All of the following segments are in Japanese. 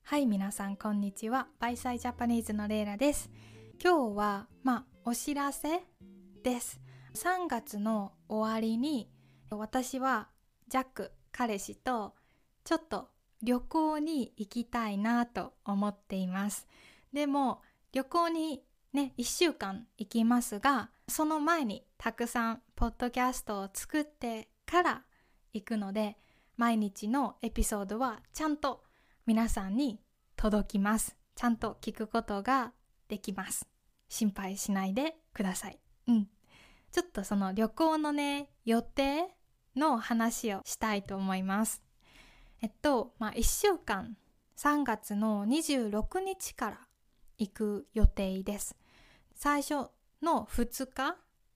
はい、皆さんこんにちは。バイサイジャパニーズのレイラです。今日はお知らせです。3月の終わりに私はジャック彼氏とちょっと旅行に行きたいなと思っています。でも旅行にね1週間行きますが、その前にたくさんポッドキャストを作ってから行くので、毎日のエピソードはちゃんと皆さんに届きます。ちゃんと聞くことができます。心配しないでください。ちょっとその旅行のね予定の話をしたいと思います。1週間3月の26日から行く予定です。最初の2日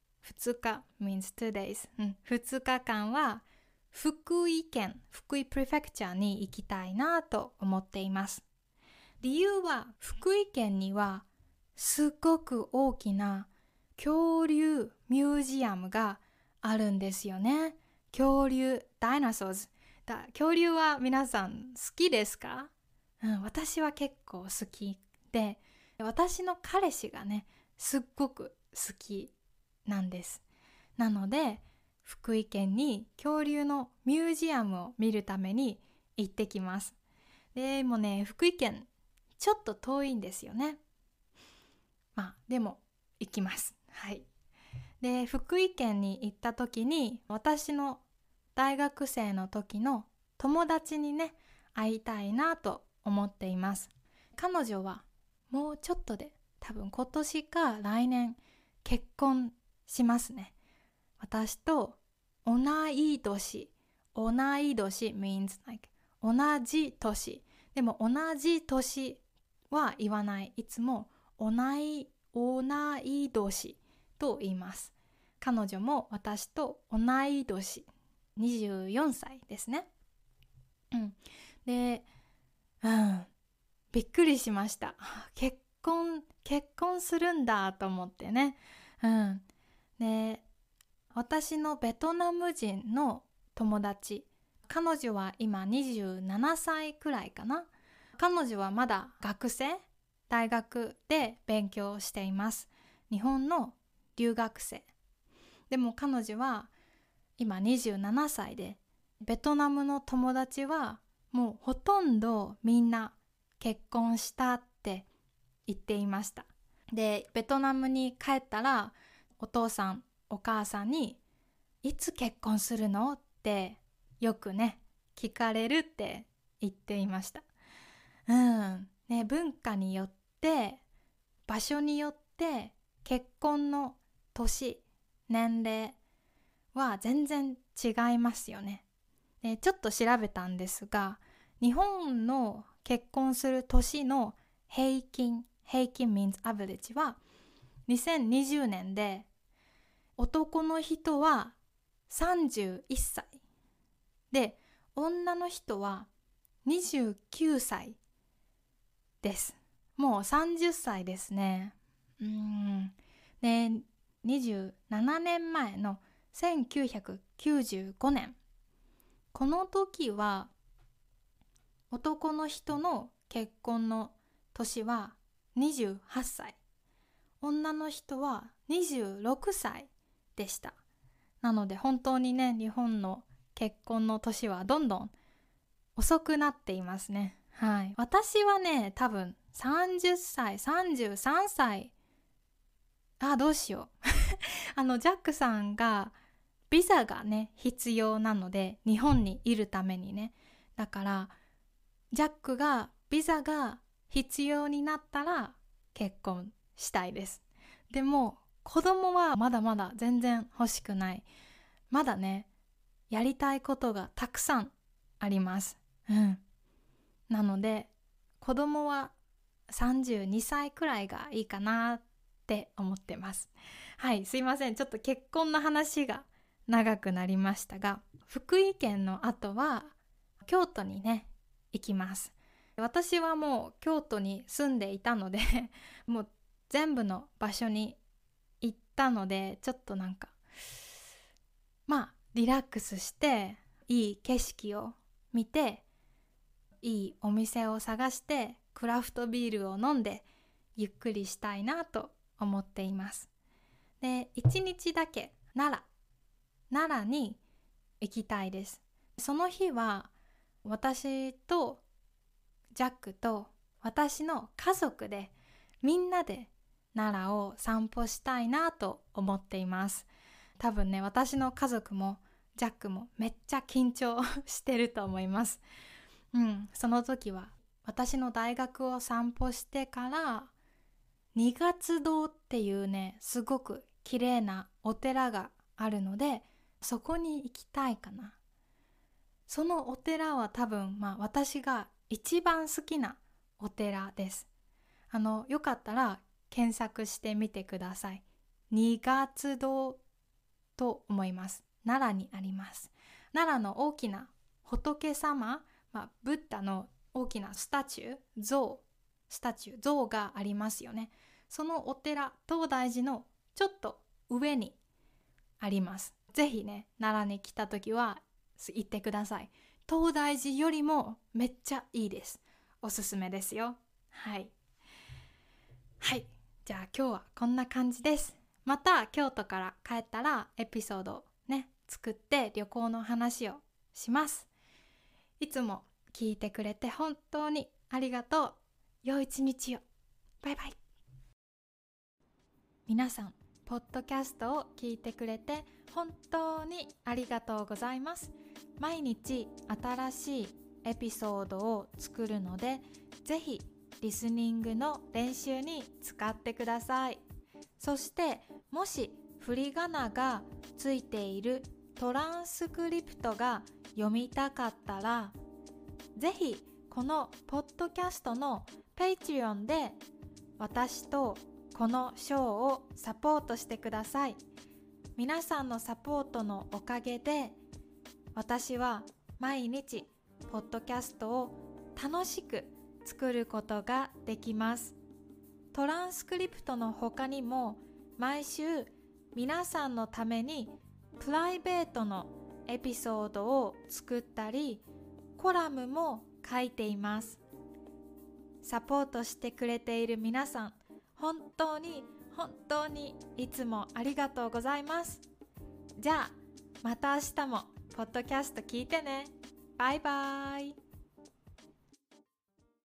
means 2 days、2日間は福井プレフェクチャーに行きたいなと思っています。理由は福井県にはすごく大きな恐竜ミュージアムがあるんですよね。恐竜、ダイナソーズ。恐竜は皆さん好きですか？私は結構好きで、私の彼氏がねすっごく好きなんです。なので福井県に恐竜のミュージアムを見るために行ってきます。でもね、福井県ちょっと遠いんですよね。でも行きます。はい。で、福井県に行った時に私の大学生の時の友達にね会いたいなと思っています。彼女はもうちょっとで多分今年か来年結婚しますね。私と同い年 means like 同じ年。でも同じ年は言わない。いつも同い年と言います。彼女も私と同い年、24歳ですね。で、びっくりしました。結婚するんだと思ってね。で、私のベトナム人の友達、彼女は今27歳くらいかな。彼女はまだ大学で勉強しています。日本の留学生。でも彼女は今27歳で、ベトナムの友達はもうほとんどみんな結婚したって言っていました。で、ベトナムに帰ったらお父さんお母さんにいつ結婚するのってよくね聞かれるって言っていました。文化によって場所によって結婚の年齢は全然違いますよね。で、ちょっと調べたんですが、日本の結婚する年の平均 means average は2020年で、男の人は31歳で女の人は29歳です。もう30歳ですね。で、27年前の1995年、この時は男の人の結婚の年は28歳、女の人は26歳でした。なので本当にね、日本の結婚の年はどんどん遅くなっていますね。はい。私はね、多分30歳、33歳。どうしよう。ジャックさんがビザがね、必要なので、日本にいるためにね。だから、ジャックがビザが必要になったら結婚したいです。でも、子供はまだまだ全然欲しくない。まだね、やりたいことがたくさんあります。なので、子供は32歳くらいがいいかなって思ってます。はい、すいません。ちょっと結婚の話が長くなりましたが、福井県の後は京都にね、行きます。私はもう京都に住んでいたのでもう全部の場所に行ったので、ちょっとなんかリラックスしていい景色を見ていいお店を探してクラフトビールを飲んでゆっくりしたいなと思っています。で、1日だけ奈良に行きたいです。その日は私とジャックと私の家族でみんなで奈良を散歩したいなと思っています。多分ね、私の家族もジャックもめっちゃ緊張してると思います。その時は私の大学を散歩してから二月堂っていうね、すごく綺麗なお寺があるので、そこに行きたいかな。そのお寺は多分、私が一番好きなお寺です。よかったら検索してみてください。二月堂と思います。奈良にあります。奈良の大きな仏様、ブッダの大きなスタチュー、像がありますよね。そのお寺、東大寺のちょっと上にあります。ぜひね、奈良に来た時は行ってください。東大寺よりもめっちゃいいです。おすすめですよ。はい。じゃあ今日はこんな感じです。また京都から帰ったらエピソードね、作って旅行の話をします。いつも聞いてくれて本当にありがとう。良い一日を。バイバイ。皆さん、ポッドキャストを聞いてくれて本当にありがとうございます。毎日新しいエピソードを作るので、ぜひリスニングの練習に使ってください。そしてもし振り仮名がついているトランスクリプトが読みたかったら、ぜひこのポッドキャストの Patreon で私とこのショーをサポートしてください。皆さんのサポートのおかげで私は毎日ポッドキャストを楽しく作ることができます。トランスクリプトの他にも毎週皆さんのためにプライベートのエピソードを作ったり、コラムも書いています。サポートしてくれている皆さん、本当にいつもありがとうございます。じゃあまた明日もポッドキャスト聞いてね。バイバイ。